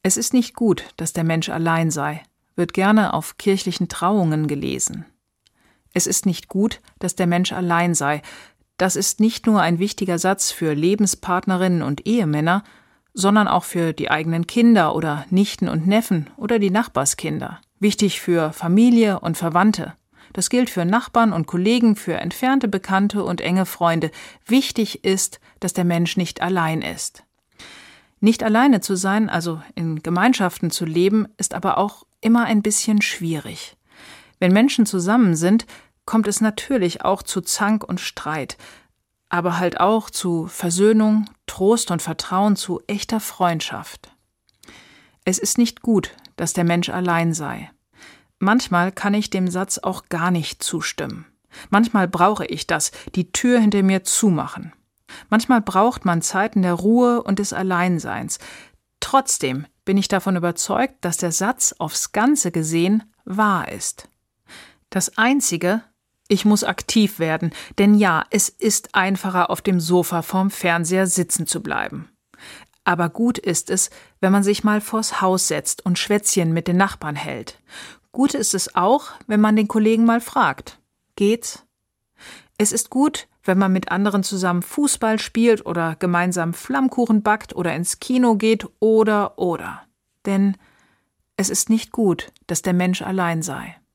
Es ist nicht gut, dass der Mensch allein sei, wird gerne auf kirchlichen Trauungen gelesen. Es ist nicht gut, dass der Mensch allein sei. Das ist nicht nur ein wichtiger Satz für Lebenspartnerinnen und Ehemänner, sondern auch für die eigenen Kinder oder Nichten und Neffen oder die Nachbarskinder. Wichtig für Familie und Verwandte. Das gilt für Nachbarn und Kollegen, für entfernte Bekannte und enge Freunde. Wichtig ist, dass der Mensch nicht allein ist. Nicht alleine zu sein, also in Gemeinschaften zu leben, ist aber auch immer ein bisschen schwierig. Wenn Menschen zusammen sind, kommt es natürlich auch zu Zank und Streit, aber halt auch zu Versöhnung, Trost und Vertrauen, zu echter Freundschaft. Es ist nicht gut, dass der Mensch allein sei. Manchmal kann ich dem Satz auch gar nicht zustimmen. Manchmal brauche ich das, die Tür hinter mir zumachen. Manchmal braucht man Zeiten der Ruhe und des Alleinseins. Trotzdem bin ich davon überzeugt, dass der Satz aufs Ganze gesehen wahr ist. Das Einzige: ich muss aktiv werden, denn ja, es ist einfacher, auf dem Sofa vorm Fernseher sitzen zu bleiben. Aber gut ist es, wenn man sich mal vors Haus setzt und Schwätzchen mit den Nachbarn hält. Gut ist es auch, wenn man den Kollegen mal fragt: geht's? Es ist gut, wenn man mit anderen zusammen Fußball spielt oder gemeinsam Flammkuchen backt oder ins Kino geht oder. Denn es ist nicht gut, dass der Mensch allein sei.